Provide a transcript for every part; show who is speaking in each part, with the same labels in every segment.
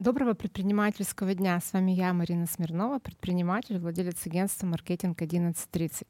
Speaker 1: Доброго предпринимательского дня. С вами я, Марина Смирнова, предприниматель, владелец агентства «Маркетинг 1130».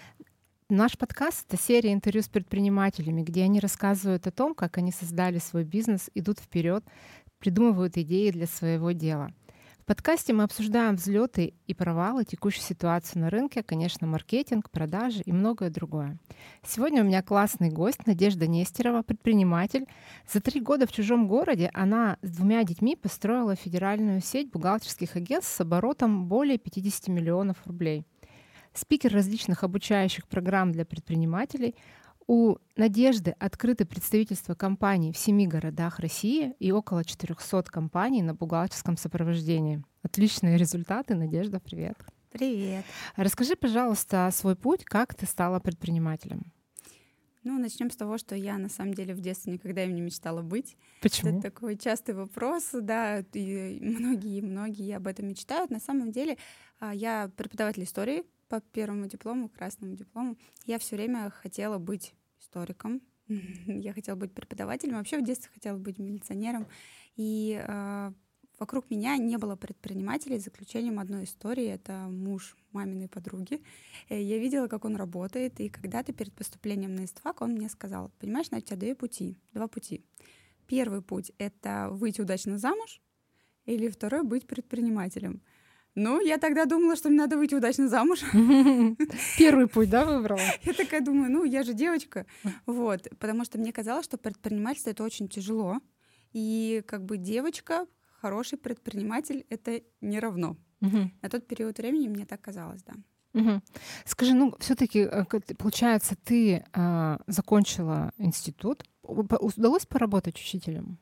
Speaker 1: Наш подкаст — это серия интервью с предпринимателями, где они рассказывают о том, как они создали свой бизнес, идут вперед, придумывают идеи для своего дела. В подкасте мы обсуждаем взлеты и провалы, текущую ситуацию на рынке, конечно, маркетинг, продажи и многое другое. Сегодня у меня классный гость Надежда Нестерова, предприниматель. За 3 года в чужом городе она с 2 детьми построила федеральную сеть бухгалтерских агентств с оборотом более 50 миллионов рублей. Спикер различных обучающих программ для предпринимателей. У Надежды открыты представительства компаний в 7 городах России и около 400 компаний на бухгалтерском сопровождении. Отличные результаты. Надежда, привет.
Speaker 2: Привет.
Speaker 1: Расскажи, пожалуйста, свой путь, как ты стала предпринимателем.
Speaker 2: Начнем с того, что я на самом деле в детстве никогда им не мечтала быть.
Speaker 1: Почему?
Speaker 2: Это такой частый вопрос, да, и многие об этом мечтают. На самом деле я преподаватель истории по первому диплому, красному диплому. Я все время хотела быть историком, я хотела быть преподавателем, вообще в детстве хотела быть милиционером. И вокруг меня не было предпринимателей, за исключением одной истории. Это муж маминой подруги. Я видела, как он работает, и когда-то перед поступлением на ИСТФАК он мне сказал: понимаешь, Надя, у тебя два пути. Первый путь — это выйти удачно замуж, или второй — быть предпринимателем. Я тогда думала, что мне надо выйти удачно замуж.
Speaker 1: Первый путь, да, выбрала?
Speaker 2: Я такая думаю, я же девочка. Вот, потому что мне казалось, что предпринимательство — это очень тяжело. И как бы девочка, хороший предприниматель — это не равно. На тот период времени мне так казалось, да.
Speaker 1: Скажи, все-таки, получается, ты закончила институт. Удалось поработать учителем?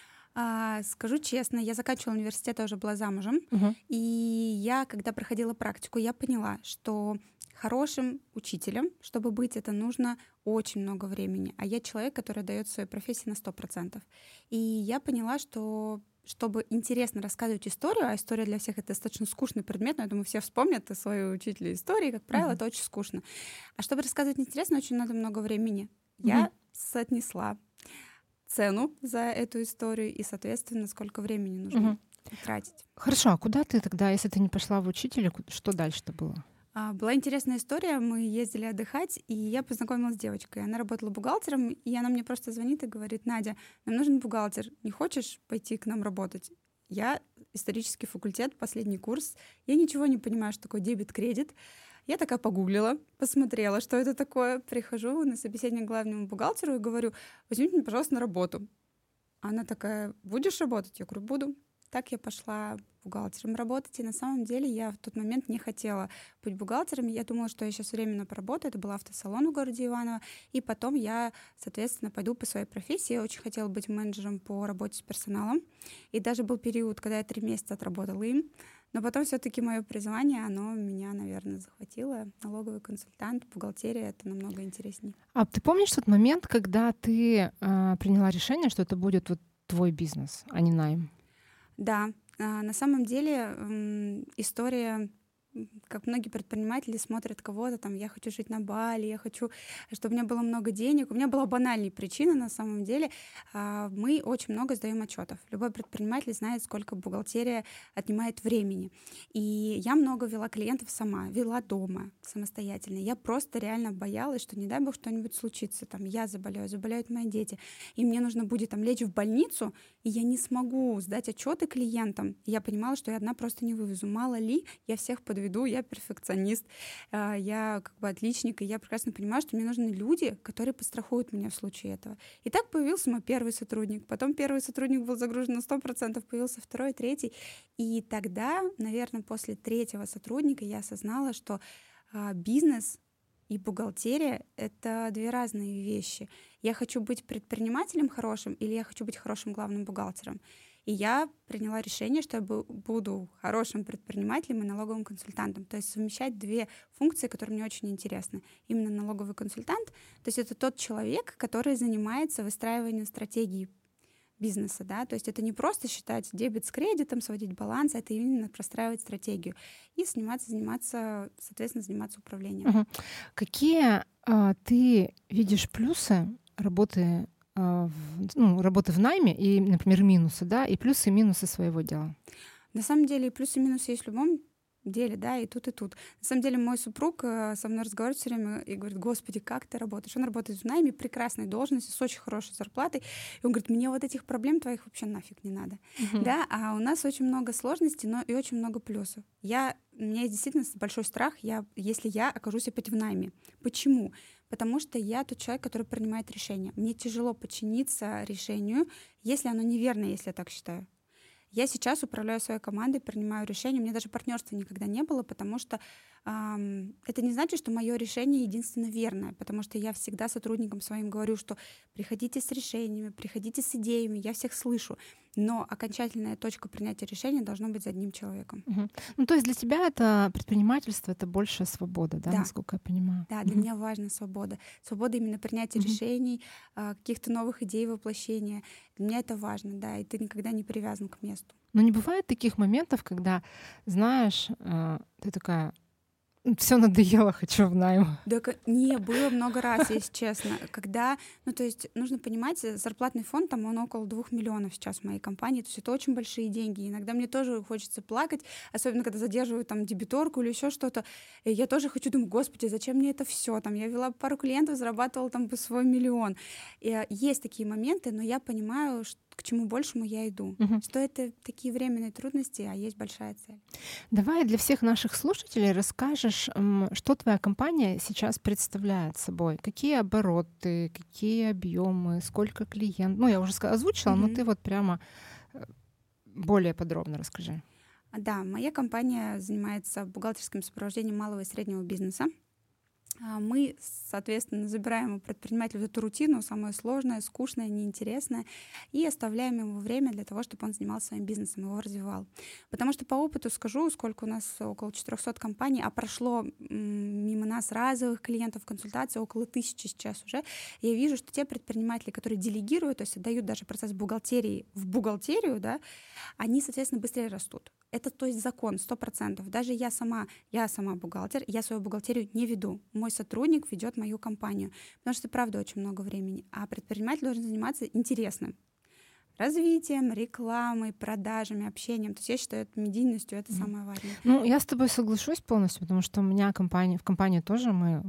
Speaker 2: Скажу честно, я заканчивала университет, я уже была замужем. И я, когда проходила практику, я поняла, что хорошим учителем, чтобы быть, это нужно очень много времени. А я человек, который отдает своей профессии на 100%. И я поняла, что чтобы интересно рассказывать историю, а история для всех — это достаточно скучный предмет, но я думаю, все вспомнят свою учителя истории, как правило, это очень скучно. А чтобы рассказывать интересно, очень надо много времени. Я соотнесла цену за эту историю и, соответственно, сколько времени нужно тратить.
Speaker 1: Хорошо, а куда ты тогда, если ты не пошла в учителя, что дальше-то было?
Speaker 2: Была интересная история. Мы ездили отдыхать, и я познакомилась с девочкой. Она работала бухгалтером, и она мне просто звонит и говорит: Надя, нам нужен бухгалтер. Не хочешь пойти к нам работать? Я исторический факультет, последний курс. Я ничего не понимаю, что такое дебет-кредит. Я такая погуглила, посмотрела, что это такое. Прихожу на собеседование к главному бухгалтеру и говорю: возьмите меня, пожалуйста, на работу. Она такая: будешь работать? Я говорю: буду. Так я пошла бухгалтером работать. И на самом деле я в тот момент не хотела быть бухгалтером. Я думала, что я сейчас временно поработаю. Это был автосалон в городе Иваново. И потом я, соответственно, пойду по своей профессии. Я очень хотела быть менеджером по работе с персоналом. И даже был период, когда я 3 месяца отработала им. Но потом все-таки мое призвание, оно меня, наверное, захватило. Налоговый консультант, бухгалтерия — это намного интереснее.
Speaker 1: А ты помнишь тот момент, когда ты приняла решение, что это будет вот твой бизнес, а не найм?
Speaker 2: Да, на самом деле история, как многие предприниматели смотрят кого-то там: я хочу жить на Бали, я хочу, чтобы у меня было много денег. У меня была банальная причина на самом деле. Мы очень много сдаем отчетов. Любой предприниматель знает, сколько бухгалтерия отнимает времени. И я много вела клиентов сама, вела дома самостоятельно. Я просто реально боялась, что не дай бог что-нибудь случится. Там я заболею, заболеют мои дети, и мне нужно будет там лечь в больницу, и я не смогу сдать отчеты клиентам. И я понимала, что я одна просто не вывезу. Мало ли, я всех подведу, я перфекционист, я как бы отличник, и я прекрасно понимаю, что мне нужны люди, которые подстрахуют меня в случае этого. И так появился мой первый сотрудник. Потом первый сотрудник был загружен на 100%, появился второй, третий. И тогда, наверное, после третьего сотрудника я осознала, что бизнес и бухгалтерия — это 2 разные вещи. Я хочу быть предпринимателем хорошим или я хочу быть хорошим главным бухгалтером? И я приняла решение, что я буду хорошим предпринимателем и налоговым консультантом. То есть совмещать 2 функции, которые мне очень интересны. Именно налоговый консультант, то есть это тот человек, который занимается выстраиванием стратегии бизнеса, да, то есть это не просто считать дебет с кредитом, сводить баланс, это именно простраивать стратегию и заниматься управлением.
Speaker 1: Какие ты видишь плюсы работы работы в найме и, например, минусы, да, и плюсы и минусы своего дела?
Speaker 2: На самом деле и плюсы и минусы есть в любом деле, да, и тут, и тут. На самом деле мой супруг со мной разговаривает все время и говорит: «Господи, как ты работаешь?» Он работает в найме, прекрасной должности, с очень хорошей зарплатой. И он говорит: «Мне вот этих проблем твоих вообще нафиг не надо». Да, а у нас очень много сложностей, но и очень много плюсов. У меня есть действительно большой страх, если я окажусь опять в найме. Почему? Потому что я тот человек, который принимает решения. Мне тяжело подчиниться решению, если оно неверное, если я так считаю. Я сейчас управляю своей командой, принимаю решения. У меня даже партнерства никогда не было, потому что это не значит, что мое решение единственно верное, потому что я всегда сотрудникам своим говорю, что приходите с решениями, приходите с идеями, я всех слышу. Но окончательная точка принятия решения должна быть за одним человеком.
Speaker 1: Ну, то есть для тебя это предпринимательство — это больше свобода, да, насколько я понимаю?
Speaker 2: Да, для меня важна свобода. Свобода именно принятия решений, каких-то новых идей воплощения. Для меня это важно, да, и ты никогда не привязан к месту.
Speaker 1: Но не бывает таких моментов, когда, знаешь, ты такая: все надоело, хочу в найм.
Speaker 2: Не, было много раз, если честно. Когда, то есть нужно понимать, зарплатный фонд, там он около 2 миллионов сейчас в моей компании, то есть это очень большие деньги. Иногда мне тоже хочется плакать, особенно когда задерживаю там дебиторку или еще что-то. И я тоже хочу, думаю: «Господи, зачем мне это все? Там я вела пару клиентов, зарабатывала там бы свой миллион». И есть такие моменты, но я понимаю, к чему большему я иду. Что это такие временные трудности, а есть большая цель.
Speaker 1: Давай для всех наших слушателей расскажешь, что твоя компания сейчас представляет собой. Какие обороты, какие объемы, сколько клиентов. Ну, я уже озвучила, но ты вот прямо более подробно расскажи.
Speaker 2: Да, моя компания занимается бухгалтерским сопровождением малого и среднего бизнеса. Мы, соответственно, забираем у предпринимателя эту рутину, самое сложное, скучное, неинтересное, и оставляем ему время для того, чтобы он занимался своим бизнесом, его развивал. Потому что по опыту скажу, сколько у нас около 400 компаний, а прошло мимо нас разовых клиентов, консультаций около 1000 сейчас уже, я вижу, что те предприниматели, которые делегируют, то есть отдают даже процесс бухгалтерии в бухгалтерию, да, они, соответственно, быстрее растут. Это, то есть, закон 100%. Даже я сама бухгалтер, я свою бухгалтерию не веду. Мой сотрудник ведет мою компанию, потому что, правда, очень много времени. А предприниматель должен заниматься интересным. Развитием, рекламой, продажами, общением. То есть я считаю, медийностью это самое важное.
Speaker 1: Ну, я с тобой соглашусь полностью, потому что у меня в компании тоже мы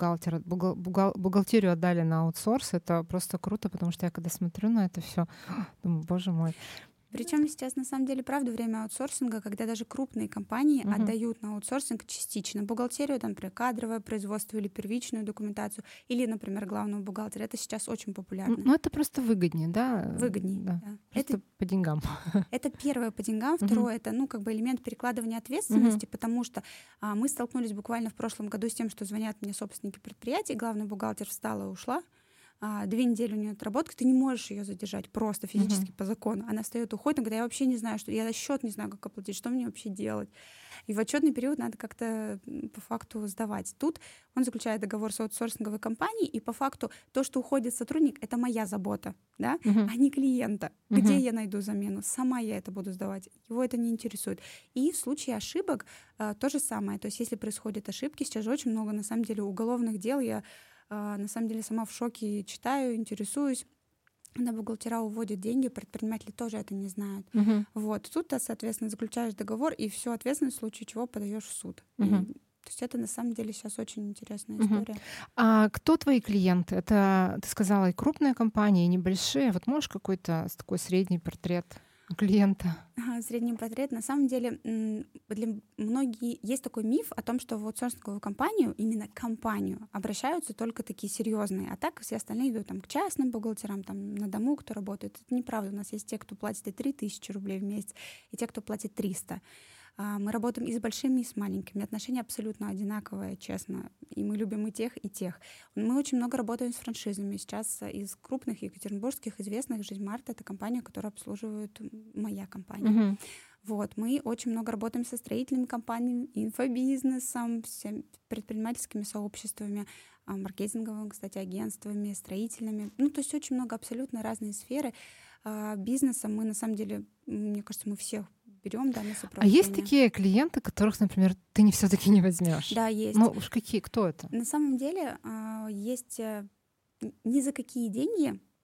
Speaker 1: бухгалтерию отдали на аутсорс. Это просто круто, потому что я когда смотрю на это все, думаю: боже мой.
Speaker 2: Причем сейчас на самом деле, правда, время аутсорсинга, когда даже крупные компании отдают на аутсорсинг частично бухгалтерию, там, например, кадровое производство или первичную документацию, или, например, главного бухгалтера. Это сейчас очень популярно.
Speaker 1: Ну, это просто выгоднее, да?
Speaker 2: Выгоднее, да.
Speaker 1: Просто по деньгам.
Speaker 2: Это первое по деньгам. Второе — это, элемент перекладывания ответственности, потому что мы столкнулись буквально в прошлом году с тем, что звонят мне собственники предприятий, главный бухгалтер встала и ушла. 2 недели у нее отработка, ты не можешь ее задержать просто физически по закону. Она встает, уходит, когда я вообще не знаю, я счет не знаю, как оплатить, что мне вообще делать. И в отчетный период надо как-то по факту сдавать. Тут он заключает договор с аутсорсинговой компанией, и по факту то, что уходит сотрудник, это моя забота, да, а не клиента. Где я найду замену? Сама я это буду сдавать. Его это не интересует. И в случае ошибок то же самое. То есть если происходят ошибки, сейчас же очень много, на самом деле, уголовных дел. Я на самом деле сама в шоке, читаю, интересуюсь. На бухгалтера уводят деньги, предприниматели тоже это не знают. Вот. Тут ты, соответственно, заключаешь договор, и всю ответственность в случае чего подаешь в суд. То есть это на самом деле сейчас очень интересная история.
Speaker 1: А кто твои клиенты? Это, ты сказала, и крупные компании, и небольшие. Вот можешь какой-то такой средний портрет клиента?
Speaker 2: Средний портрет. На самом деле для многих есть такой миф о том, что в аутсорсинговую компанию, именно компанию, обращаются только такие серьезные, а так все остальные идут там к частным бухгалтерам, там на дому, кто работает. Это неправда. У нас есть те, кто платит и 3000 рублей в месяц, и те, кто платит 300. Мы работаем и с большими, и с маленькими. Отношения абсолютно одинаковые, честно. И мы любим и тех, и тех. Мы очень много работаем с франшизами. Сейчас из крупных екатеринбургских известных «Жизмарт» — это компания, которую обслуживает моя компания. Вот. Мы очень много работаем со строительными компаниями, инфобизнесом, всеми предпринимательскими сообществами, маркетинговыми, кстати, агентствами, строительными. То есть очень много абсолютно разные сферы. Бизнеса мы, на самом деле, мне кажется, мы всех берем, да, на сопровождение.
Speaker 1: А есть такие клиенты, которых, например, ты все-таки не возьмешь?
Speaker 2: Да, есть.
Speaker 1: Ну уж какие, кто это?
Speaker 2: На самом деле есть ни за какие деньги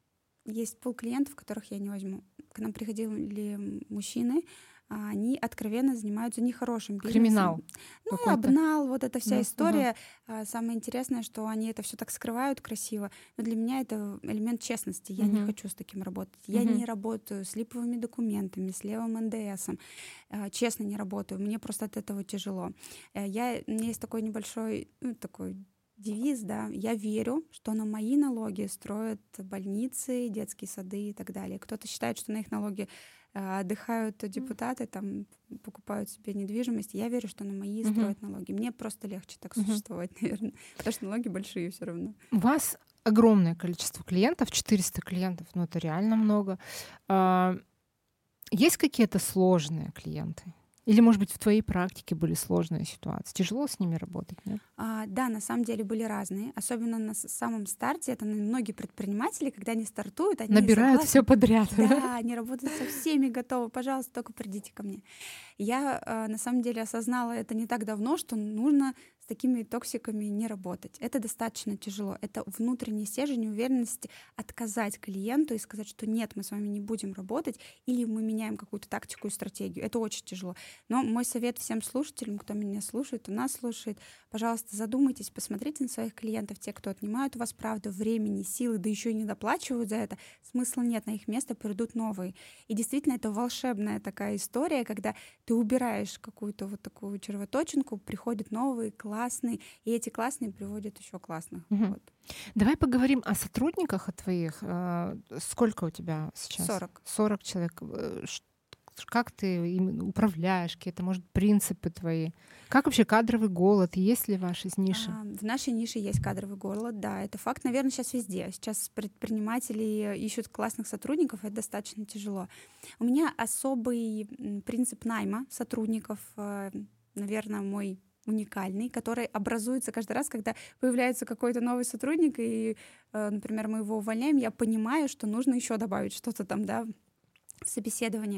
Speaker 2: есть пул клиентов, которых я не возьму. К нам приходили мужчины, они откровенно занимаются нехорошим бизнесом.
Speaker 1: Криминал
Speaker 2: Ну,
Speaker 1: какой-то.
Speaker 2: обнал, вот эта вся
Speaker 1: Да, ага.
Speaker 2: история. Самое интересное, что они это все так скрывают красиво. Но для меня это элемент честности. Я не
Speaker 1: Мгм.
Speaker 2: хочу с таким работать. Я
Speaker 1: Мгм.
Speaker 2: не работаю с липовыми документами, с левым НДСом. Честно, не работаю. Мне просто от этого тяжело. У меня есть такой небольшой, ну, такой девиз, да, я верю, что на мои налоги строят больницы, детские сады и так далее. Кто-то считает, что на их налоги отдыхают депутаты, там покупают себе недвижимость. Я верю, что на мои
Speaker 1: Мгм.
Speaker 2: строят налоги. Мне просто легче так
Speaker 1: Мгм.
Speaker 2: существовать, наверное, потому что налоги большие все равно.
Speaker 1: У вас огромное количество клиентов, 400 клиентов, ну это реально много. А, Есть какие-то сложные клиенты? Или, может быть, в твоей практике были сложные ситуации? Тяжело с ними работать, нет?
Speaker 2: Да, на самом деле были разные, особенно на самом старте. Это многие предприниматели, когда они стартуют, они
Speaker 1: Набирают все
Speaker 2: согласны.
Speaker 1: подряд.
Speaker 2: Да, они работают со всеми готовы. Пожалуйста, только придите ко мне. Я на самом деле осознала это не так давно, что нужно с такими токсиками не работать. Это достаточно тяжело. Это внутренний стержень уверенности отказать клиенту и сказать, что нет, мы с вами не будем работать, или мы меняем какую-то тактику и стратегию. Это очень тяжело. Но мой совет всем слушателям, кто меня слушает, у нас слушает, пожалуйста, задумайтесь, посмотрите на своих клиентов, те, кто отнимают у вас правду, времени, силы, да еще и не доплачивают за это, смысла нет, на их место придут новые. И действительно, это волшебная такая история, когда ты убираешь какую-то вот такую червоточинку, приходят новые, классные, и эти классные приводят еще классных.
Speaker 1: Мгм.
Speaker 2: Вот.
Speaker 1: Давай поговорим о сотрудниках о твоих. Сколько у тебя сейчас?
Speaker 2: 40.
Speaker 1: 40 человек. Как ты ими управляешь? Какие-то, может, принципы твои? Как вообще кадровый голод? Есть ли ваш из ниши?
Speaker 2: В нашей нише есть кадровый голод, да, это факт, наверное, сейчас везде. Сейчас предприниматели ищут классных сотрудников, это достаточно тяжело. У меня особый принцип найма сотрудников, наверное, мой уникальный, который образуется каждый раз, когда появляется какой-то новый сотрудник, и, например, мы его увольняем, я понимаю, что нужно еще добавить что-то там, да, в собеседовании.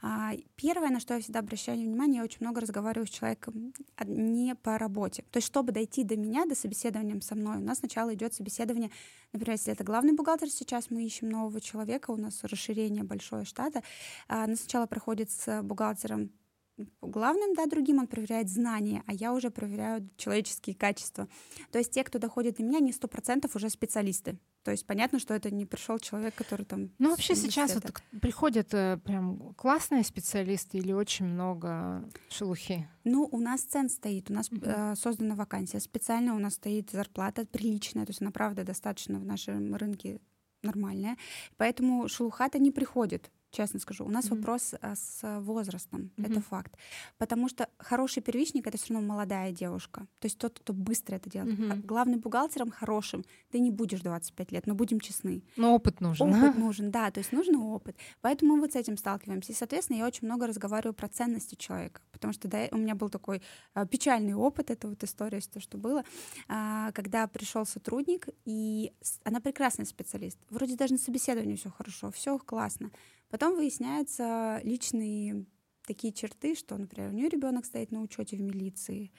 Speaker 2: Первое, на что я всегда обращаю внимание, я очень много разговариваю с человеком не по работе. То есть, чтобы дойти до меня, до собеседования со мной, у нас сначала идет собеседование, например, если это главный бухгалтер, сейчас мы ищем нового человека, у нас расширение большое штата, она сначала проходит с бухгалтером главным, да, другим, он проверяет знания, а я уже проверяю человеческие качества. То есть те, кто доходит до меня, не 100% уже специалисты. То есть понятно, что это не пришел человек, который там...
Speaker 1: Ну, вообще сейчас вот приходят прям классные специалисты или очень много шелухи?
Speaker 2: Ну, у нас цен стоит, у нас создана вакансия специально, у нас стоит зарплата приличная, то есть она, правда, достаточно в нашем рынке нормальная, поэтому шелуха-то не приходит. Честно скажу, у нас вопрос с возрастом, это факт. Потому что хороший первичник — это все равно молодая девушка. То есть тот, кто быстро это делает. Главным бухгалтером хорошим ты не будешь 25 лет, но будем честны.
Speaker 1: Но опыт нужен.
Speaker 2: Опыт нужен, да, то есть нужен опыт. Поэтому мы вот с этим сталкиваемся. И, соответственно, я очень много разговариваю про ценности человека. Потому что да, у меня был такой печальный опыт, это вот история, то, что было, когда пришел сотрудник, и она прекрасный специалист. Вроде даже на собеседовании все хорошо, все классно. Потом выясняются личные такие черты, что, например, у нее ребенок стоит на учете в милиции,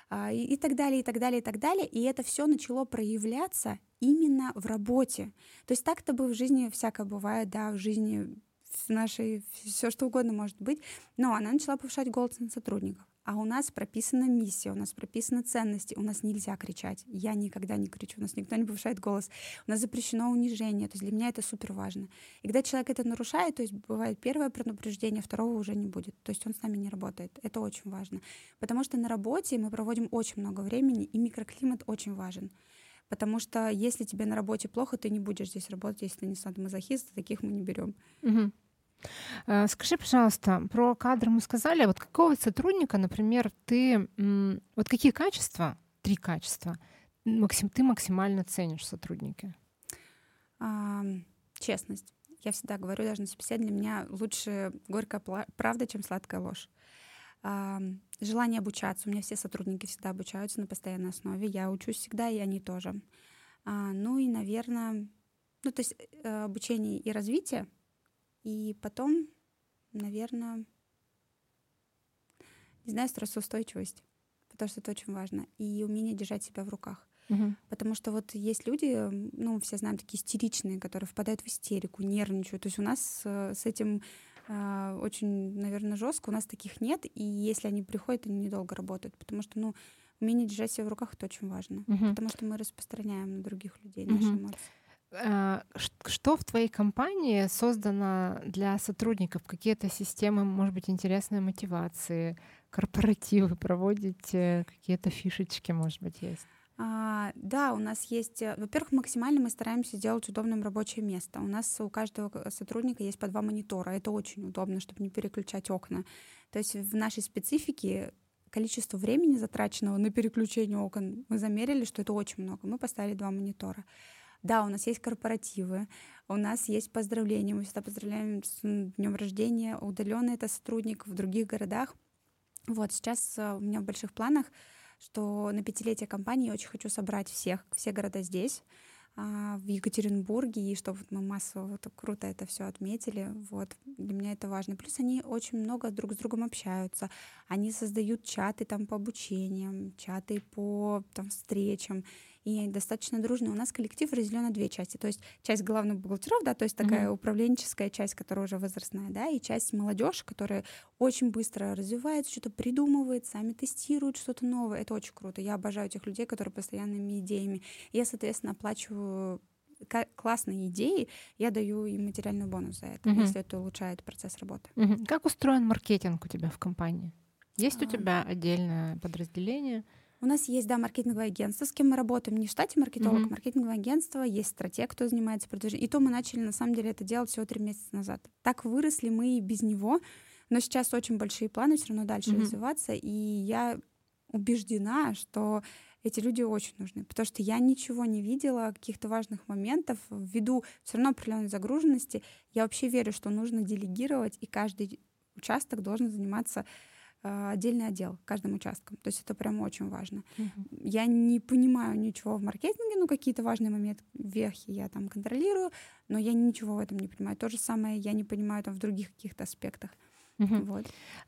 Speaker 2: и так далее, и так далее, и так далее. И это все начало проявляться именно в работе. То есть так-то бы в жизни всякое бывает, да, в жизни в нашей все что угодно может быть, но она начала повышать голос на сотрудников. А у нас прописана миссия, у нас прописаны ценности, у нас нельзя кричать. Я никогда не кричу, у нас никто не повышает голос, у нас запрещено унижение. То есть для меня это супер важно. И когда человек это нарушает, то есть бывает первое предупреждение, второго уже не будет. То есть он с нами не работает. Это очень важно. Потому что на работе мы проводим очень много времени, и микроклимат очень важен. Потому что если тебе на работе плохо, ты не будешь здесь работать, если ты не садомазохист, таких мы не берем.
Speaker 1: Скажи, пожалуйста, про кадры мы сказали, а вот какого сотрудника, например, ты, вот какие качества, 3 качества, ты максимально ценишь в сотруднике?
Speaker 2: Честность. Я всегда говорю, даже на собеседовании, для меня лучше горькая правда, чем сладкая ложь. Желание обучаться. У меня все сотрудники всегда обучаются на постоянной основе. Я учусь всегда, и они тоже. Ну и, наверное, то есть обучение и развитие. И потом, наверное, не знаю, стрессоустойчивость, потому что это очень важно. И умение держать себя в руках. Потому что вот есть люди, ну, все знаем, такие истеричные, которые впадают в истерику, нервничают. То есть у нас с этим очень, наверное, жестко. У нас таких нет. И если они приходят, они недолго работают. Потому что, ну, умение держать себя в руках — это очень важно. Потому что мы распространяем на других людей наши эмоции.
Speaker 1: Что в твоей компании создано для сотрудников? Какие-то системы, может быть, интересные мотивации, корпоративы проводите, какие-то фишечки, может быть, есть?
Speaker 2: Да, у нас есть, во-первых, максимально мы стараемся сделать удобным рабочее место. У нас у каждого сотрудника есть по 2 монитора. Это очень удобно, чтобы не переключать окна. То есть в нашей специфике количество времени, затраченного на переключение окон, мы замерили, что это очень много. Мы поставили 2 монитора. Да, у нас есть корпоративы, у нас есть поздравления. Мы всегда поздравляем с днем рождения. Удаленно это сотрудник в других городах. Вот сейчас у меня в больших планах, что на 5-летие компании очень хочу собрать все города здесь, в Екатеринбурге, и чтобы мы массово вот круто это все отметили. Вот. Для меня это важно. Плюс они очень много друг с другом общаются. Они создают чаты там по обучениям, чаты по там, встречам. И достаточно дружно. У нас коллектив разделен на 2 части. То есть часть главных бухгалтеров, да, то есть такая управленческая часть, которая уже возрастная, да, и часть молодежи, которая очень быстро развивается, что-то придумывает, сами тестируют что-то новое. Это очень круто. Я обожаю тех людей, которые постоянными идеями. Я, соответственно, оплачиваю классные идеи, я даю им материальный бонус за это, если это улучшает процесс работы.
Speaker 1: Как устроен маркетинг у тебя в компании? Есть у тебя отдельное подразделение?
Speaker 2: У нас есть, да, маркетинговое агентство, с кем мы работаем, не в штате маркетолог, маркетинговое агентство, есть стратег, кто занимается продвижением. И то мы начали, на самом деле, это делать всего 3 месяца назад. Так выросли мы и без него, но сейчас очень большие планы все равно дальше развиваться, и я убеждена, что эти люди очень нужны, потому что я ничего не видела, каких-то важных моментов, ввиду все равно определенной загруженности. Я вообще верю, что нужно делегировать, и каждый участок должен заниматься отдельный отдел каждым участком. То есть это прям очень важно. Я не понимаю ничего в маркетинге, ну какие-то важные моменты, вехи я там контролирую, но я ничего в этом не понимаю. То же самое я не понимаю там в других каких-то аспектах. Вот.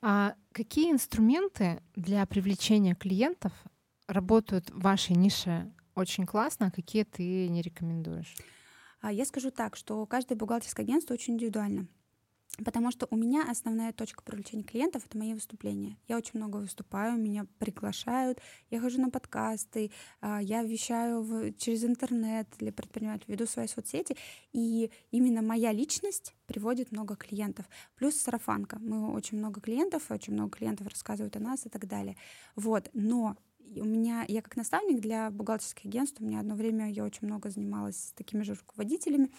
Speaker 1: Какие инструменты для привлечения клиентов работают в вашей нише очень классно, а какие ты не рекомендуешь?
Speaker 2: Я скажу так, что каждое бухгалтерское агентство очень индивидуально. Потому что у меня основная точка привлечения клиентов — это мои выступления. Я очень много выступаю, меня приглашают, я хожу на подкасты, я вещаю через интернет для предпринимателей, веду свои соцсети, и именно моя личность приводит много клиентов. Плюс сарафанка. Мы очень много клиентов рассказывают о нас и так далее. Вот. Но я как наставник для бухгалтерских агентств, у меня одно время я очень много занималась с такими же руководителями,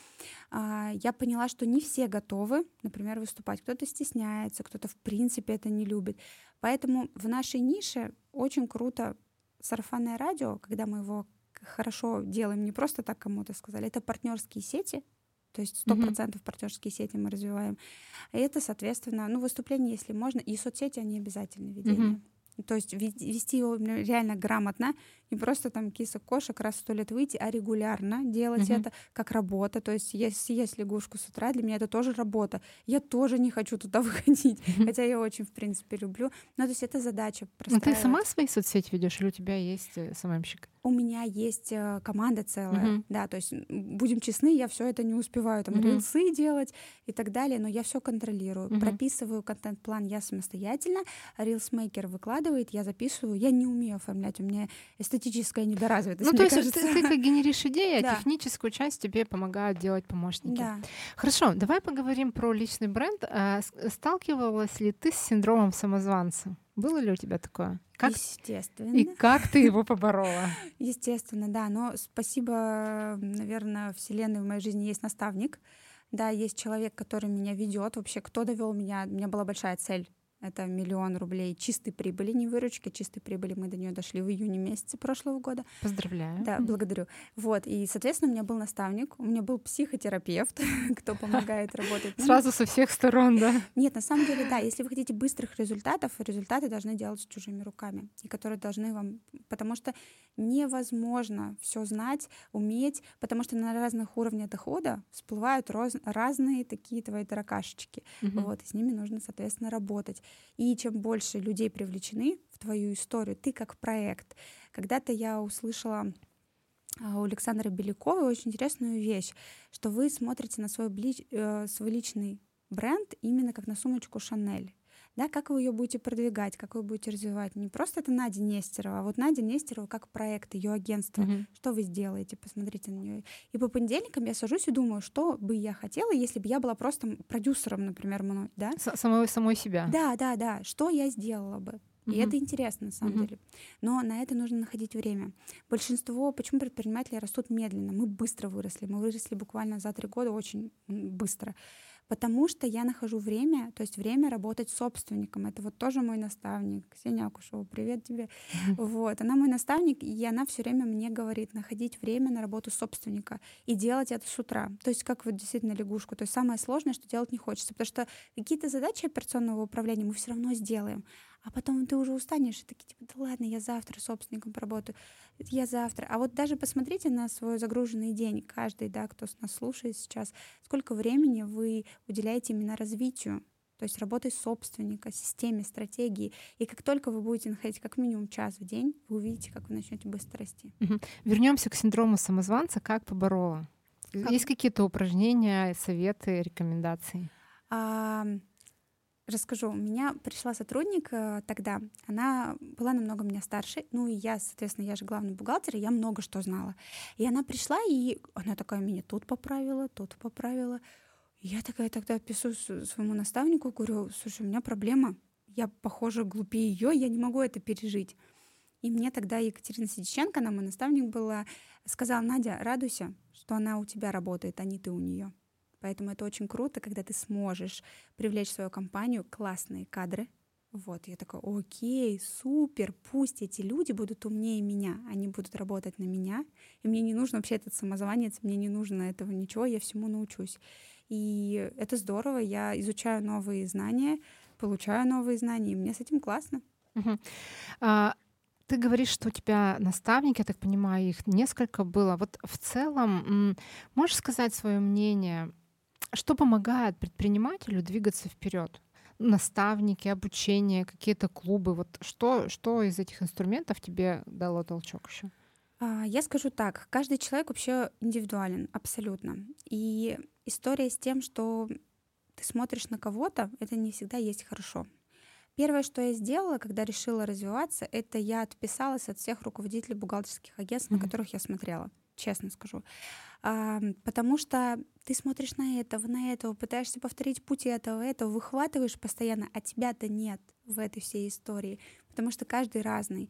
Speaker 2: я поняла, что не все готовы, например, выступать. Кто-то стесняется, кто-то в принципе это не любит. Поэтому в нашей нише очень круто сарафанное радио, когда мы его хорошо делаем, не просто так кому-то сказали, это партнерские сети, то есть 100% партнерские сети мы развиваем. И это, соответственно, выступления, если можно, и соцсети, они обязательны ведение. То есть вести его реально грамотно, не просто там кисок-кошек раз в 100 лет выйти, а регулярно делать это как работа. То есть съесть лягушку с утра, для меня это тоже работа. Я тоже не хочу туда выходить, хотя я очень, в принципе, люблю. Но то есть это задача простраивать.
Speaker 1: Ты сама свои соцсети ведешь или у тебя есть СММщик?
Speaker 2: У меня есть команда целая, да, то есть, будем честны, я все это не успеваю, там, рилсы делать и так далее, но я все контролирую, прописываю контент-план я самостоятельно, рилсмейкер выкладывает, я записываю, я не умею оформлять, у меня эстетическая недоразвитость,
Speaker 1: то есть ты как генеришь идеи, а техническую часть тебе помогают делать помощники.
Speaker 2: Да.
Speaker 1: Хорошо, давай поговорим про личный бренд. Сталкивалась ли ты с синдромом самозванца? Было ли у тебя такое?
Speaker 2: Естественно.
Speaker 1: И как ты его поборола?
Speaker 2: Естественно, да. Но спасибо, наверное, Вселенной в моей жизни есть наставник. Да, есть человек, который меня ведет. Вообще, кто довел меня? У меня была большая цель. Это 1 000 000 рублей чистой прибыли, не выручки, чистой прибыли. Мы до нее дошли в июне месяце прошлого года.
Speaker 1: Поздравляю.
Speaker 2: Да, благодарю. Вот, и, соответственно, у меня был наставник, у меня был психотерапевт, кто помогает работать.
Speaker 1: Сразу со всех сторон, да?
Speaker 2: Нет, на самом деле, да, если вы хотите быстрых результатов, результаты должны делать чужими руками, и которые должны вам... Потому что невозможно все знать, уметь, потому что на разных уровнях дохода всплывают разные такие твои таракашечки. Вот, и с ними нужно, соответственно, работать. И чем больше людей привлечены в твою историю, ты как проект. Когда-то я услышала у Александра Белякова очень интересную вещь, что вы смотрите на свой личный бренд именно как на сумочку Шанель. Да, как вы ее будете продвигать, как вы будете развивать. Не просто это Надя Нестерова, а вот Надя Нестерова как проект, ее агентство. Что вы сделаете, посмотрите на нее. И по понедельникам я сажусь и думаю, что бы я хотела, если бы я была просто продюсером, например, мной, да?
Speaker 1: Самой себя.
Speaker 2: Да, что я сделала бы. И это интересно, на самом деле. Но на это нужно находить время. Почему предприниматели растут медленно? Мы быстро выросли. Мы выросли буквально за 3 года очень быстро. Потому что я нахожу время, то есть время работать с собственником. Это вот тоже мой наставник, Ксения Акушева, привет тебе. Вот, она мой наставник, и она все время мне говорит находить время на работу собственника и делать это с утра. То есть как вот действительно лягушку. То есть самое сложное, что делать не хочется, потому что какие-то задачи операционного управления мы все равно сделаем. А потом ты уже устанешь и такие, типа, да ладно, я завтра с собственником поработаю, я завтра. А вот даже посмотрите на свой загруженный день, каждый, да, кто нас слушает сейчас, сколько времени вы уделяете именно развитию, то есть работе собственника, системе, стратегии. И как только вы будете находить как минимум час в день, вы увидите, как вы начнете быстро расти.
Speaker 1: Вернемся к синдрому самозванца. Как поборола? Есть какие-то упражнения, советы, рекомендации?
Speaker 2: Расскажу. У меня пришла сотрудник тогда, она была намного меня старше, ну и я, соответственно, я же главный бухгалтер, и я много что знала. И она пришла, и она такая меня тут поправила. И я такая тогда пишу своему наставнику, говорю, слушай, у меня проблема, я, похоже, глупее ее, я не могу это пережить. И мне тогда Екатерина Сидиченко, она мой наставник была, сказала, Надя, радуйся, что она у тебя работает, а не ты у нее. Поэтому это очень круто, когда ты сможешь привлечь в свою компанию классные кадры. Вот, я такая, окей, супер, пусть эти люди будут умнее меня, они будут работать на меня, и мне не нужно вообще этот самозванец, мне не нужно этого ничего, я всему научусь. И это здорово, я изучаю новые знания, получаю новые знания, и мне с этим классно.
Speaker 1: Ты говоришь, что у тебя наставники, я так понимаю, их несколько было. Вот в целом, можешь сказать свое мнение, что помогает предпринимателю двигаться вперед? Наставники, обучение, какие-то клубы. Вот что из этих инструментов тебе дало толчок еще?
Speaker 2: Я скажу так, каждый человек вообще индивидуален, абсолютно. И история с тем, что ты смотришь на кого-то, это не всегда есть хорошо. Первое, что я сделала, когда решила развиваться, это я отписалась от всех руководителей бухгалтерских агентств, на которых я смотрела, честно скажу. Потому что ты смотришь на этого, пытаешься повторить путь этого, выхватываешь постоянно, а тебя-то нет в этой всей истории, потому что каждый разный.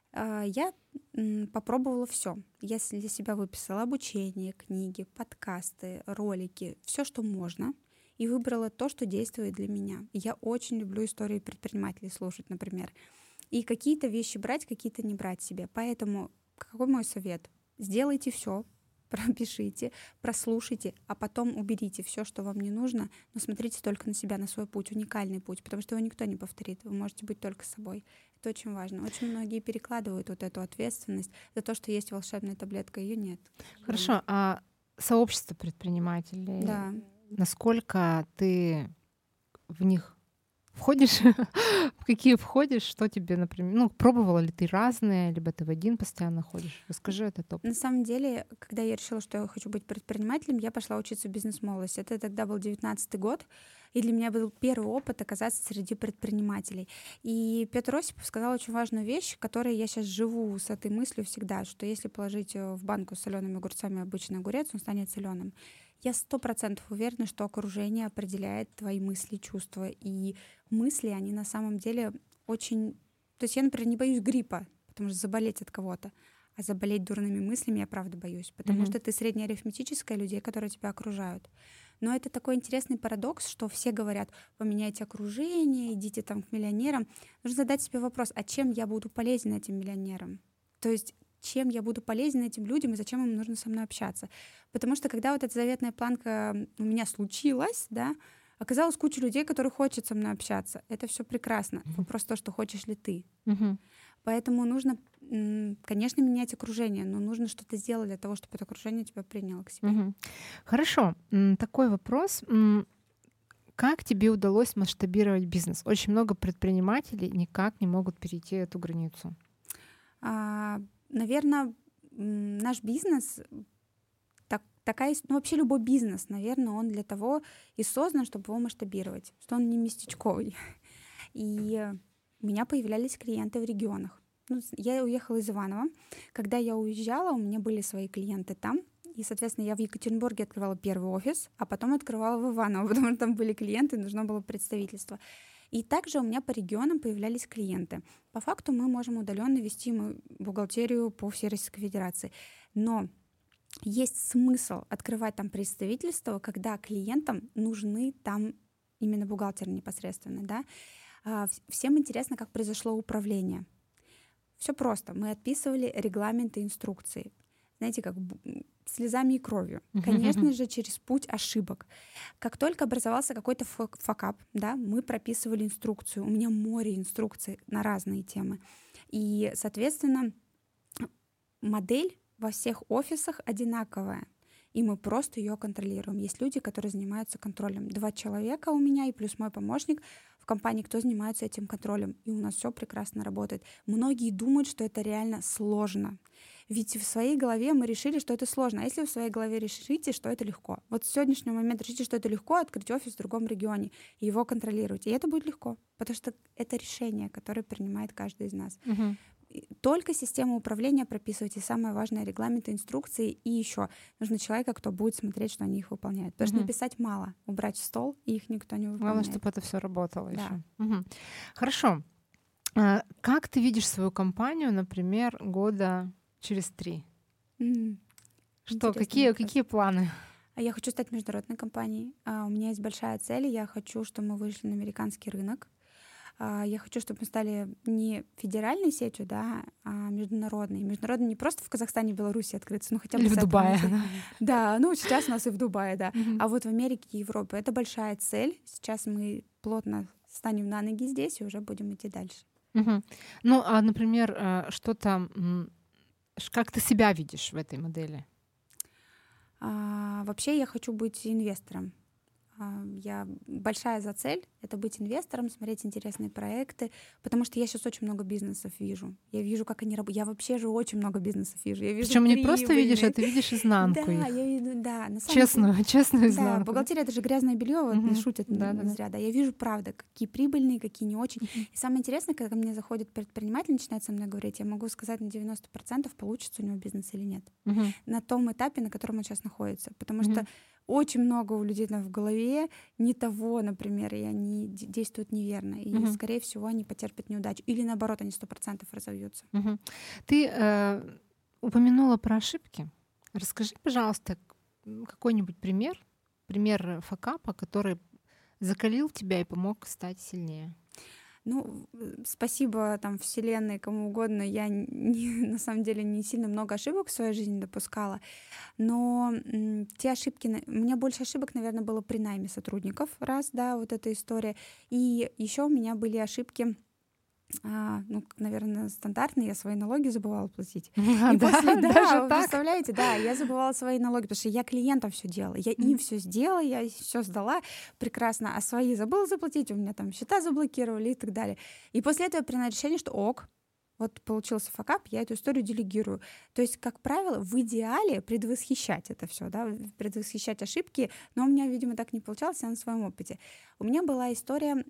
Speaker 2: Я попробовала все. Я для себя выписала обучение, книги, подкасты, ролики, все, что можно, и выбрала то, что действует для меня. И я очень люблю истории предпринимателей слушать, например. И какие-то вещи брать, какие-то не брать себе. Поэтому какой мой совет? Сделайте все, пропишите, прослушайте, а потом уберите все, что вам не нужно, но смотрите только на себя, на свой путь, уникальный путь, потому что его никто не повторит. Вы можете быть только собой. Это очень важно. Очень многие перекладывают вот эту ответственность за то, что есть волшебная таблетка, ее нет.
Speaker 1: Хорошо, а сообщество предпринимателей,
Speaker 2: Да.
Speaker 1: насколько ты в них входишь, в какие входишь, что тебе, например, пробовала ли ты разные, либо ты в один постоянно ходишь? Расскажи этот опыт.
Speaker 2: На самом деле, когда я решила, что я хочу быть предпринимателем, я пошла учиться в бизнес-молодость. Это тогда был 19-й год, и для меня был первый опыт оказаться среди предпринимателей. И Петр Осипов сказал очень важную вещь, которой я сейчас живу с этой мыслью всегда, что если положить в банку с солеными огурцами обычный огурец, он станет соленым. Я 100% уверена, что окружение определяет твои мысли, чувства. И мысли, они на самом деле очень... То есть я, например, не боюсь гриппа, потому что заболеть от кого-то. А заболеть дурными мыслями я правда боюсь, потому что ты среднеарифметическая людей, которые тебя окружают. Но это такой интересный парадокс, что все говорят, поменяйте окружение, идите там к миллионерам. Нужно задать себе вопрос, а чем я буду полезен этим миллионерам? То есть чем я буду полезен этим людям и зачем им нужно со мной общаться? Потому что когда вот эта заветная планка у меня случилась, да, оказалось куча людей, которые хочет со мной общаться. Это все прекрасно. Вопрос то, что хочешь ли ты. Поэтому нужно, конечно, менять окружение, но нужно что-то сделать для того, чтобы это окружение тебя приняло к себе.
Speaker 1: Хорошо. Такой вопрос. Как тебе удалось масштабировать бизнес? Очень много предпринимателей никак не могут перейти эту границу.
Speaker 2: Наверное, наш бизнес вообще любой бизнес, наверное, он для того и создан, чтобы его масштабировать, что он не местечковый. И у меня появлялись клиенты в регионах. Я уехала из Иваново. Когда я уезжала, у меня были свои клиенты там. И, соответственно, я в Екатеринбурге открывала первый офис, а потом открывала в Иваново, потому что там были клиенты, нужно было представительство. И также у меня по регионам появлялись клиенты. По факту мы можем удаленно вести бухгалтерию по всей Российской Федерации. Но есть смысл открывать там представительство, когда клиентам нужны там именно бухгалтеры непосредственно. Да? Всем интересно, как произошло управление. Все просто. Мы отписывали регламенты, инструкции. Знаете, как слезами и кровью. Конечно же, через путь ошибок. Как только образовался какой-то факап, да, мы прописывали инструкцию. У меня море инструкций на разные темы. И, соответственно, модель во всех офисах одинаковая. И мы просто ее контролируем. Есть люди, которые занимаются контролем. 2 человека у меня и плюс мой помощник в компании, кто занимается этим контролем. И у нас все прекрасно работает. Многие думают, что это реально сложно. Ведь в своей голове мы решили, что это сложно. А если вы в своей голове решите, что это легко? Вот с сегодняшнего момента решите, что это легко, открыть офис в другом регионе и его контролировать. И это будет легко, потому что это решение, которое принимает каждый из нас. Только систему управления прописывайте. Самое важное — регламенты, инструкции. И еще нужно человека, кто будет смотреть, что они их выполняют. Потому что написать мало. Убрать в стол, и их никто не выполняет.
Speaker 1: Главное, чтобы это все работало
Speaker 2: Да.
Speaker 1: еще. Хорошо. Как ты видишь свою компанию, например, года через 3? Что, какие планы?
Speaker 2: Я хочу стать международной компанией. У меня есть большая цель. Я хочу, чтобы мы вышли на американский рынок. Я хочу, чтобы мы стали не федеральной сетью, да, а международной. Международной не просто в Казахстане, Беларуси открыться, но хотя бы
Speaker 1: или в Дубае.
Speaker 2: Да, сейчас у нас и в Дубае, да. А вот в Америке и Европе это большая цель. Сейчас мы плотно станем на ноги здесь и уже будем идти дальше.
Speaker 1: Ну, а, например, что-то, как ты себя видишь в этой модели?
Speaker 2: Вообще я хочу быть инвестором. Я большая за цель — это быть инвестором, смотреть интересные проекты, потому что я сейчас очень много бизнесов вижу. Я вижу, как они работают. Я вообще же очень много бизнесов вижу.
Speaker 1: Причем не просто видишь, а ты видишь изнанку
Speaker 2: да,
Speaker 1: их.
Speaker 2: Я виду, да, на самом
Speaker 1: честную изнанку.
Speaker 2: Да, бухгалтерия — это же грязное белье, вот не шутят зря. Да, я вижу, правда, какие прибыльные, какие не очень. И самое интересное, когда ко мне заходит предприниматель, начинает со мной говорить, я могу сказать на 90%, получится у него бизнес или нет. На том этапе, на котором он сейчас находится. Потому что очень много у людей в голове не того, например, и они действуют неверно. И, скорее всего, они потерпят неудачу. Или, наоборот, они 100% разовьются.
Speaker 1: Ты упомянула про ошибки. Расскажи, пожалуйста, какой-нибудь пример факапа, который закалил тебя и помог стать сильнее.
Speaker 2: Спасибо Вселенной, кому угодно. Я на самом деле не сильно много ошибок в своей жизни допускала, но те ошибки... У меня больше ошибок, наверное, было при найме сотрудников, вот эта история. И еще у меня были ошибки, наверное, стандартные, я свои налоги забывала платить. И
Speaker 1: даже так?
Speaker 2: Представляете, я забывала свои налоги, потому что я клиентам все делала, я им все сделала, я все сдала прекрасно, а свои забыла заплатить, у меня счета заблокировали и так далее. И после этого я приняла решение, что вот получился факап, я эту историю делегирую. То есть, как правило, в идеале предвосхищать это все, предвосхищать ошибки, но у меня, видимо, так не получалось, я на своем опыте. У меня была история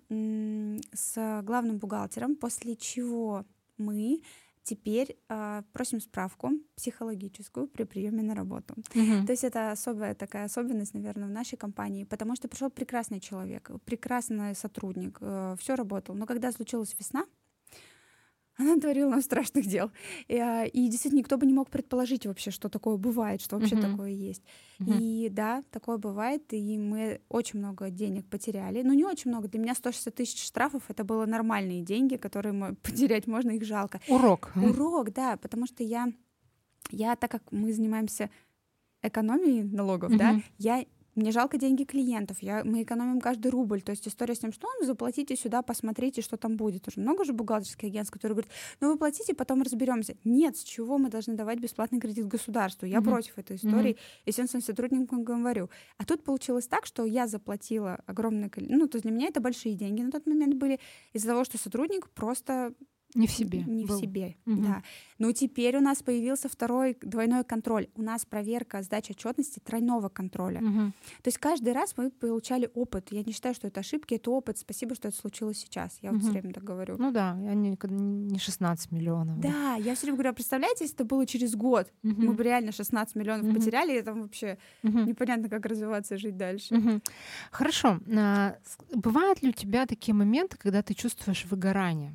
Speaker 2: с главным бухгалтером, после чего мы теперь просим справку психологическую при приеме на работу. То есть это особая такая особенность, наверное, в нашей компании, потому что пришел прекрасный человек, прекрасный сотрудник, все работал. Но когда случилась весна, она творила нам страшных дел. И действительно никто бы не мог предположить вообще, что такое бывает, что вообще такое есть. И да, такое бывает, и мы очень много денег потеряли. Не очень много. Для меня 160 тысяч штрафов — это было нормальные деньги, которые потерять можно, их жалко.
Speaker 1: Урок,
Speaker 2: да, потому что я так как мы занимаемся экономией налогов, мне жалко деньги клиентов, мы экономим каждый рубль. То есть история с тем, что заплатите сюда, посмотрите, что там будет. Уже много же бухгалтерских агентств, которые говорят, вы платите, потом разберемся. Нет, с чего мы должны давать бесплатный кредит государству? Я против этой истории. И всем своим сотрудникам говорю. А тут получилось так, что я заплатила огромное количество. То есть для меня это большие деньги на тот момент были, из-за того, что сотрудник просто
Speaker 1: Не в себе.
Speaker 2: Не в
Speaker 1: был.
Speaker 2: себе,
Speaker 1: Мгм.
Speaker 2: да. Но теперь у нас появился второй двойной контроль. У нас проверка сдачи отчетности тройного контроля.
Speaker 1: Мгм.
Speaker 2: То есть каждый раз мы получали опыт. Я не считаю, что это ошибки, это опыт. Спасибо, что это случилось сейчас. Я вот все
Speaker 1: Мгм.
Speaker 2: время так говорю.
Speaker 1: Ну да, они не 16 миллионов. Да.
Speaker 2: Да, я все время говорю, а представляете, если это было через год, мы
Speaker 1: Мгм.
Speaker 2: бы реально 16 миллионов
Speaker 1: Мгм.
Speaker 2: потеряли, и там вообще
Speaker 1: Мгм.
Speaker 2: непонятно, как развиваться и жить дальше.
Speaker 1: Мгм. Хорошо. Бывают ли у тебя такие моменты, когда ты чувствуешь выгорание?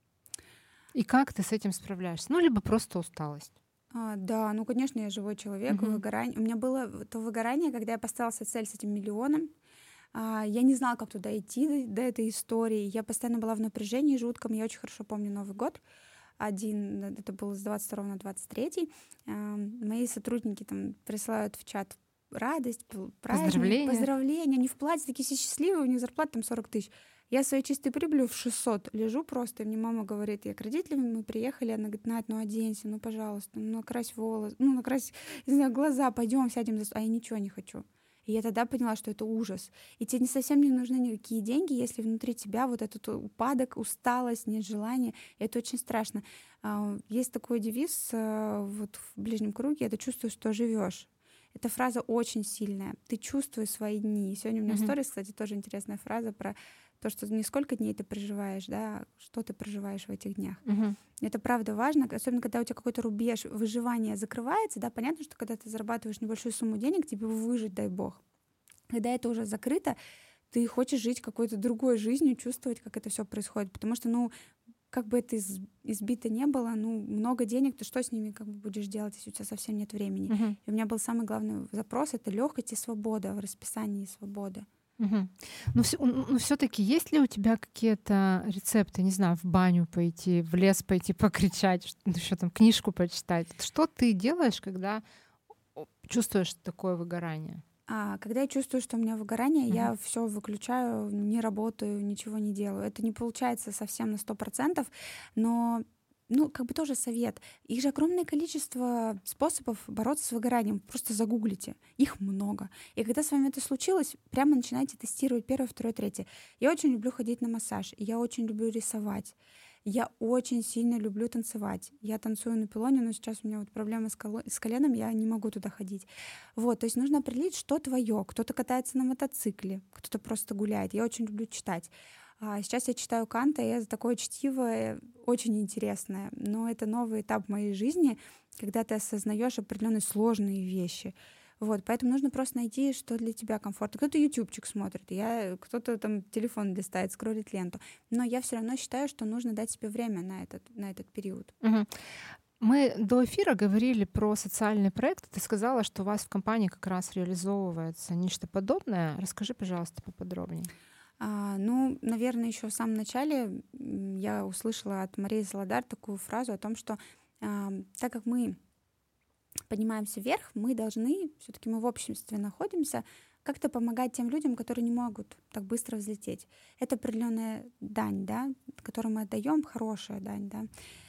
Speaker 1: И как ты с этим справляешься? Ну, либо просто усталость.
Speaker 2: Да, ну, конечно, я живой человек,
Speaker 1: Мгм.
Speaker 2: выгорание. У меня было то выгорание, когда я поставила себе цель с этим миллионом. Я не знала, как туда идти, до этой истории. Я постоянно была в напряжении жутком. Я очень хорошо помню Новый год. Это был с 22 на 23. Мои сотрудники там присылают в чат радость, праздник,
Speaker 1: Поздравления.
Speaker 2: поздравления. Они в платье такие все счастливые, у них зарплата там 40 тысяч. Я своей чистой прибылью в 600 лежу просто, и мне мама говорит, я к родителям, мы приехали, она говорит, Надь, ну оденься, ну пожалуйста, ну накрась волосы, ну накрась, не знаю, глаза, пойдем сядем за стол. А я ничего не хочу. И я тогда поняла, что это ужас. И тебе не совсем не нужны никакие деньги, если внутри тебя вот этот упадок, усталость, нет желания. Это очень страшно. Есть такой девиз вот в ближнем круге, это чувствуешь, что живешь. Эта фраза очень сильная. Ты чувствуешь свои дни. И сегодня у меня в
Speaker 1: Мгм.
Speaker 2: сторис, кстати, тоже интересная фраза про то, что не сколько дней ты проживаешь, да, а что ты проживаешь в этих днях.
Speaker 1: Мгм.
Speaker 2: Это правда важно, особенно когда у тебя какой-то рубеж выживания закрывается, да, понятно, что когда ты зарабатываешь небольшую сумму денег, тебе выжить, дай бог. Когда это уже закрыто, ты хочешь жить какой-то другой жизнью, чувствовать, как это все происходит, потому что, ну, как бы это избито не было, ну, много денег, ты что с ними как бы будешь делать, если у тебя совсем нет времени?
Speaker 1: Мгм.
Speaker 2: И у меня был самый главный запрос — это легкость и свобода, в расписании свобода.
Speaker 1: Мгм. Но все-таки есть ли у тебя какие-то рецепты, не знаю, в баню пойти, в лес пойти покричать, еще там книжку почитать? Что ты делаешь, когда чувствуешь такое выгорание?
Speaker 2: Когда я чувствую, что у меня выгорание,
Speaker 1: Мгм.
Speaker 2: я все выключаю, не работаю, ничего не делаю. Это не получается совсем на 100%, но ну, как бы тоже совет. Их же огромное количество способов бороться с выгоранием. Просто загуглите. Их много. И когда с вами это случилось, прямо начинайте тестировать первое, второе, третье. Я очень люблю ходить на массаж. Я очень люблю рисовать. Я очень сильно люблю танцевать. Я танцую на пилоне, но сейчас у меня вот проблемы с коленом, я не могу туда ходить. Вот, то есть нужно определить, что твое. Кто-то катается на мотоцикле, кто-то просто гуляет. Я очень люблю читать. Сейчас я читаю Канта, и это такое чтиво очень интересное. Но это новый этап моей жизни, когда ты осознаешь определенные сложные вещи. Вот, поэтому нужно просто найти, что для тебя комфортно. Кто-то ютубчик смотрит, кто-то там телефон листает, скроллит ленту. Но я все равно считаю, что нужно дать себе время на этот период.
Speaker 1: Мгм. Мы до эфира говорили про социальный проект. Ты сказала, что у вас в компании как раз реализовывается нечто подобное. Расскажи, пожалуйста, поподробнее.
Speaker 2: Ну, наверное, еще в самом начале я услышала от Марии Золодар такую фразу о том, что так как мы поднимаемся вверх, мы должны, все-таки мы в обществе находимся, как-то помогать тем людям, которые не могут так быстро взлететь. Это определенная дань, да, которую мы отдаем, хорошая дань, да.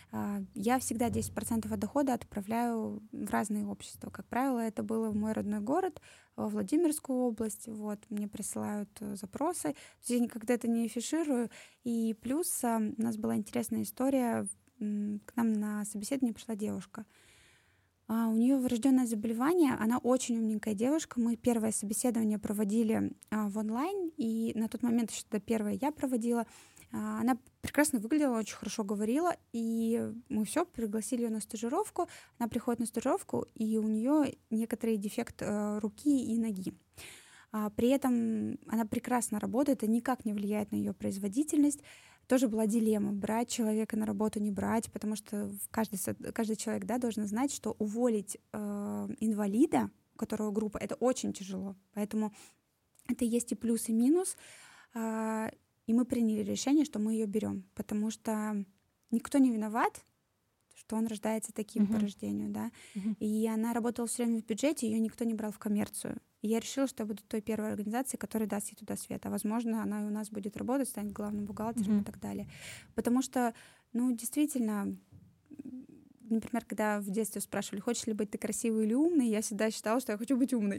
Speaker 2: Я всегда 10% от дохода отправляю в разные общества. Как правило, это было в мой родной город, во Владимирскую область. Вот, мне присылают запросы. То есть я никогда это не афиширую. И плюс у нас была интересная история. К нам на собеседование пришла девушка. У нее врожденное заболевание, она очень умненькая девушка. Мы первое собеседование проводили в онлайн, и на тот момент еще тогда первое я проводила. Она прекрасно выглядела, очень хорошо говорила, и мы все пригласили ее на стажировку. Она приходит на стажировку, и у нее некоторый дефект руки и ноги. При этом она прекрасно работает, это никак не влияет на ее производительность. Тоже была дилемма, брать человека на работу, не брать, потому что каждый человек, да, должен знать, что уволить инвалида, у которого группа, это очень тяжело. Поэтому это есть и плюс, и минус. И мы приняли решение, что мы ее берем, потому что никто не виноват, что он рождается таким по рождению, да. И она работала все время в бюджете, ее никто не брал в коммерцию. И я решила, что я буду той первой организацией, которая даст ей туда свет. А возможно, она и у нас будет работать, станет главным бухгалтером и так далее. Потому что, ну, действительно, например, когда в детстве спрашивали, хочешь ли быть ты красивый или умный, я всегда считала, что я хочу быть умной.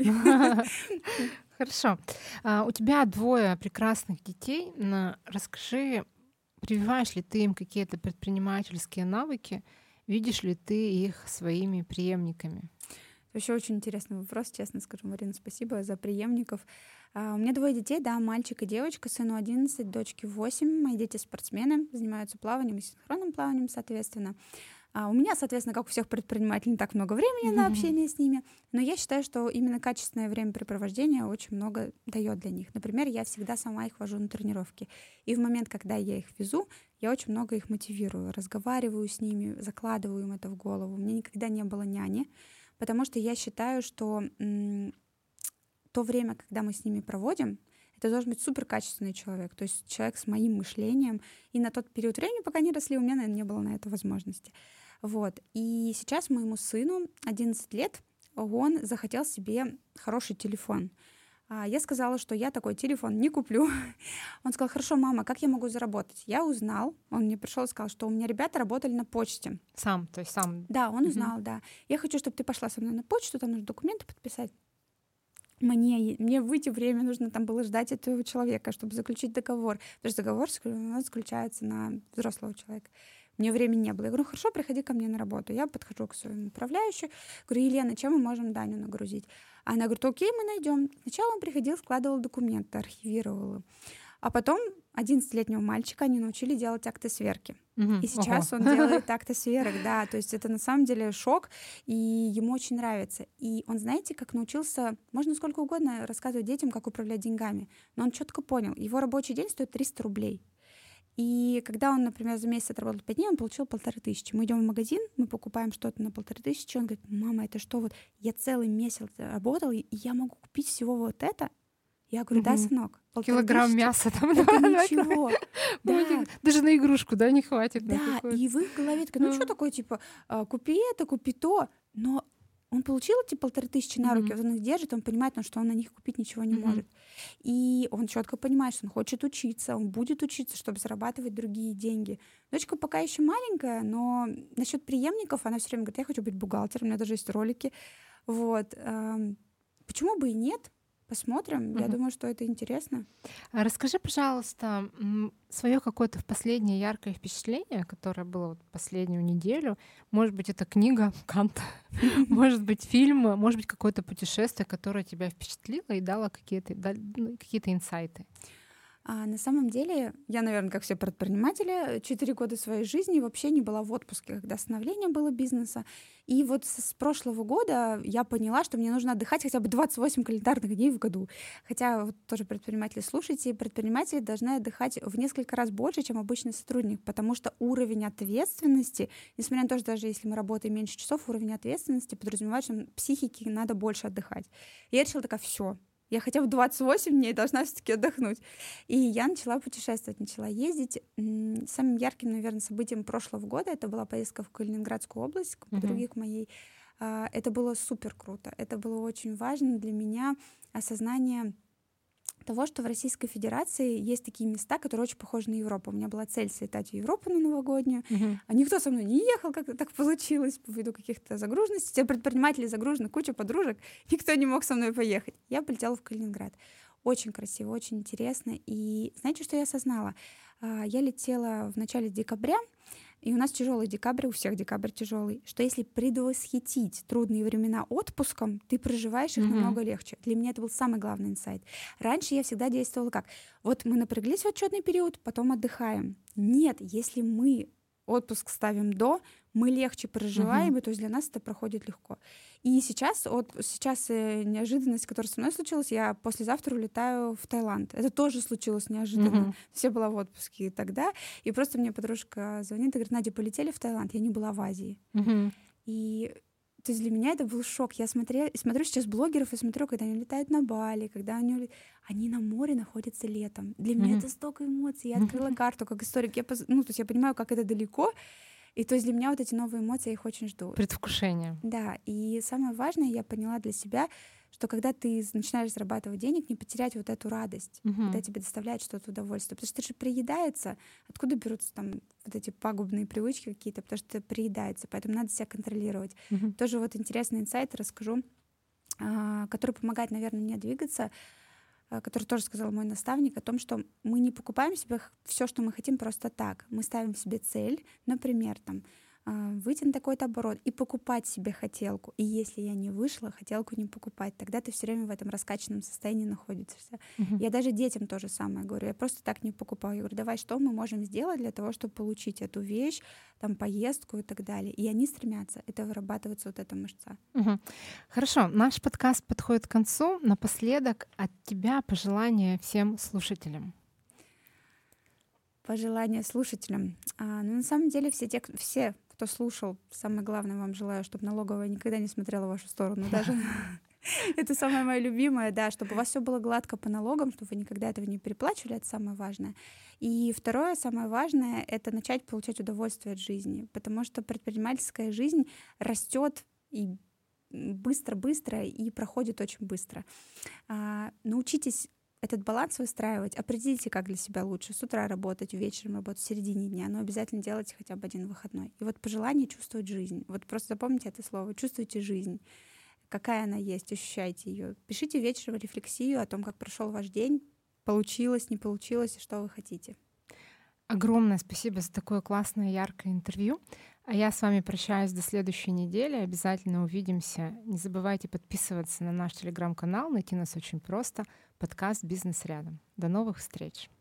Speaker 1: Хорошо. У тебя двое прекрасных детей. Расскажи, Прививаешь ли ты им какие-то предпринимательские навыки? Видишь ли ты их своими преемниками?
Speaker 2: Вообще очень интересный вопрос, честно скажу, Марина, спасибо за преемников. У меня двое детей, да, мальчик и девочка, сыну 11, дочке 8. Мои дети спортсмены, занимаются плаванием и синхронным плаванием, соответственно. У меня, соответственно, как у всех предпринимателей, не так много времени на общение с ними, но я считаю, что именно качественное времяпрепровождение очень много дает для них. Например, я всегда сама их вожу на тренировки. И в момент, когда я их везу, я очень много их мотивирую, разговариваю с ними, закладываю им это в голову. У меня никогда не было няни, потому что я считаю, что то время, когда мы с ними проводим, это должен быть суперкачественный человек, то есть человек с моим мышлением. И на тот период времени, пока они росли, у меня, наверное, не было на это возможности. Вот. И сейчас моему сыну 11 лет, он захотел себе хороший телефон. Я сказала, что я такой телефон не куплю. Он сказал: хорошо, мама, как я могу заработать? Я узнал, он мне пришел и сказал, что у меня ребята работали на почте.
Speaker 1: Сам, то есть сам.
Speaker 2: Да, он узнал, да. Я хочу, чтобы ты пошла со мной на почту, там нужно документы подписать. Мне в эти время нужно там было ждать этого человека, чтобы заключить договор. Потому что договор у нас заключается на взрослого человека. Мне времени не было. Я говорю: хорошо, приходи ко мне на работу. Я подхожу к своему управляющему, говорю: Елена, чем мы можем Даню нагрузить? Она говорит: окей, мы найдем. Сначала он приходил, складывал документы, архивировал. А потом 11-летнего мальчика они научили делать акты сверки. И сейчас он делает акты сверок, да. То есть это на самом деле шок, и ему очень нравится. И он, знаете, как научился, можно сколько угодно рассказывать детям, как управлять деньгами, но он четко понял, его рабочий день стоит 300 рублей. И когда он, например, за месяц отработал 5 дней, он получил 1500. Мы идем в магазин, мы покупаем что-то на 1500, он говорит: мама, это что, вот я целый месяц работал, и я могу купить всего вот это? Я говорю: да, сынок.
Speaker 1: Килограмм мяса там.
Speaker 2: Это ничего. Да.
Speaker 1: Даже на игрушку, да, не хватит.
Speaker 2: Да, и в их голове такая: ну что такое, типа, купи это, купи то. Но он получил эти 1500 на руки, он их держит, он понимает, что он на них купить ничего не может. И он четко понимает, что он хочет учиться, он будет учиться, чтобы зарабатывать другие деньги. Дочка пока еще маленькая, но насчет преемников она все время говорит: я хочу быть бухгалтером, у меня даже есть ролики. Вот. Почему бы и нет? Посмотрим. Я думаю, что это интересно.
Speaker 1: Расскажи, пожалуйста, свое какое-то последнее яркое впечатление, которое было вот последнюю неделю. Может быть, это книга Канта, может быть, фильм, может быть, какое-то путешествие, которое тебя впечатлило и дало какие-то инсайты.
Speaker 2: На самом деле, я, наверное, как все предприниматели, 4 года своей жизни вообще не была в отпуске, когда становление было бизнеса. И вот с прошлого года я поняла, что мне нужно отдыхать хотя бы 28 календарных дней в году. Хотя вот тоже предприниматели, слушайте, предприниматели должны отдыхать в несколько раз больше, чем обычный сотрудник, потому что уровень ответственности, несмотря на то, что даже если мы работаем меньше часов, уровень ответственности подразумевает, что психике надо больше отдыхать. И я решила такая: все, я хотя бы 28 дней должна все-таки отдохнуть. И я начала путешествовать, начала ездить. Самым ярким, наверное, событием прошлого года это была поездка в Калининградскую область к подруге к моей. Это было супер круто. Это было очень важно для меня, осознание того, что в Российской Федерации есть такие места, которые очень похожи на Европу. У меня была цель слетать в Европу на новогоднюю, а никто со мной не ехал, как так получилось, ввиду каких-то загруженностей. Все предприниматели загружены, куча подружек, никто не мог со мной поехать. Я полетела в Калининград. Очень красиво, очень интересно. И знаете, что я осознала? Я летела в начале декабря, и у нас тяжелый декабрь, у всех декабрь тяжелый, что если предвосхитить трудные времена отпуском, ты проживаешь их намного легче. Для меня это был самый главный инсайт. Раньше я всегда действовала как? Вот мы напряглись в отчетный период, потом отдыхаем. Нет, если мы отпуск ставим до, мы легче проживаем, и то есть для нас это проходит легко. И сейчас неожиданность, которая со мной случилась, я послезавтра улетаю в Таиланд. Это тоже случилось неожиданно. Я была в отпуске тогда, и просто мне подружка звонит и говорит: Надя, полетели в Таиланд. Я не была в Азии. И то есть для меня это был шок. Я смотрю сейчас блогеров и смотрю, когда они летают на Бали, когда они на море находятся летом. Для меня это столько эмоций. Я открыла карту как историк. То есть я понимаю, как это далеко. И то есть для меня вот эти новые эмоции, я их очень жду.
Speaker 1: Предвкушение.
Speaker 2: Да, и самое важное, я поняла для себя, что когда ты начинаешь зарабатывать денег, не потерять вот эту радость, когда тебе доставляет что-то удовольствие. Потому что это же приедается. Откуда берутся там вот эти пагубные привычки какие-то? Потому что это приедается, поэтому надо себя контролировать. Тоже вот интересный инсайт расскажу, который помогает, наверное, мне двигаться. который тоже сказал мой наставник, о том, что мы не покупаем себе все, что мы хотим, просто так. Мы ставим себе цель, например, там, выйти на такой-то оборот и покупать себе хотелку. И если я не вышла, хотелку не покупать, тогда ты все время в этом раскачанном состоянии находишься.
Speaker 1: Мгм.
Speaker 2: Я даже детям то же самое говорю. Я просто так не покупаю. Я говорю, давай, что мы можем сделать для того, чтобы получить эту вещь, там, поездку и так далее. И они стремятся. Это вырабатывается вот эта мышца.
Speaker 1: Мгм. Хорошо, наш подкаст подходит к концу. Напоследок от тебя пожелания всем слушателям.
Speaker 2: Пожелания слушателям. На самом деле все, кто слушал, самое главное вам желаю, чтобы налоговая никогда не смотрела в вашу сторону. Даже это самое мое любимое, да, чтобы у вас все было гладко по налогам, чтобы вы никогда этого не переплачивали, это самое важное. И второе, самое важное, это начать получать удовольствие от жизни, потому что предпринимательская жизнь растет и быстро-быстро и проходит очень быстро. Научитесь этот баланс выстраивать, определите, как для себя лучше. С утра работать, вечером работать, в середине дня, но обязательно делайте хотя бы один выходной. И вот пожелание чувствовать жизнь. Вот просто запомните это слово. Чувствуйте жизнь. Какая она есть, ощущайте ее. Пишите вечером рефлексию о том, как прошел ваш день, получилось, не получилось и что вы хотите.
Speaker 1: Огромное спасибо за такое классное, яркое интервью. А я с вами прощаюсь до следующей недели. Обязательно увидимся. Не забывайте подписываться на наш телеграм-канал. Найти нас очень просто. Подкаст «Бизнес рядом». До новых встреч.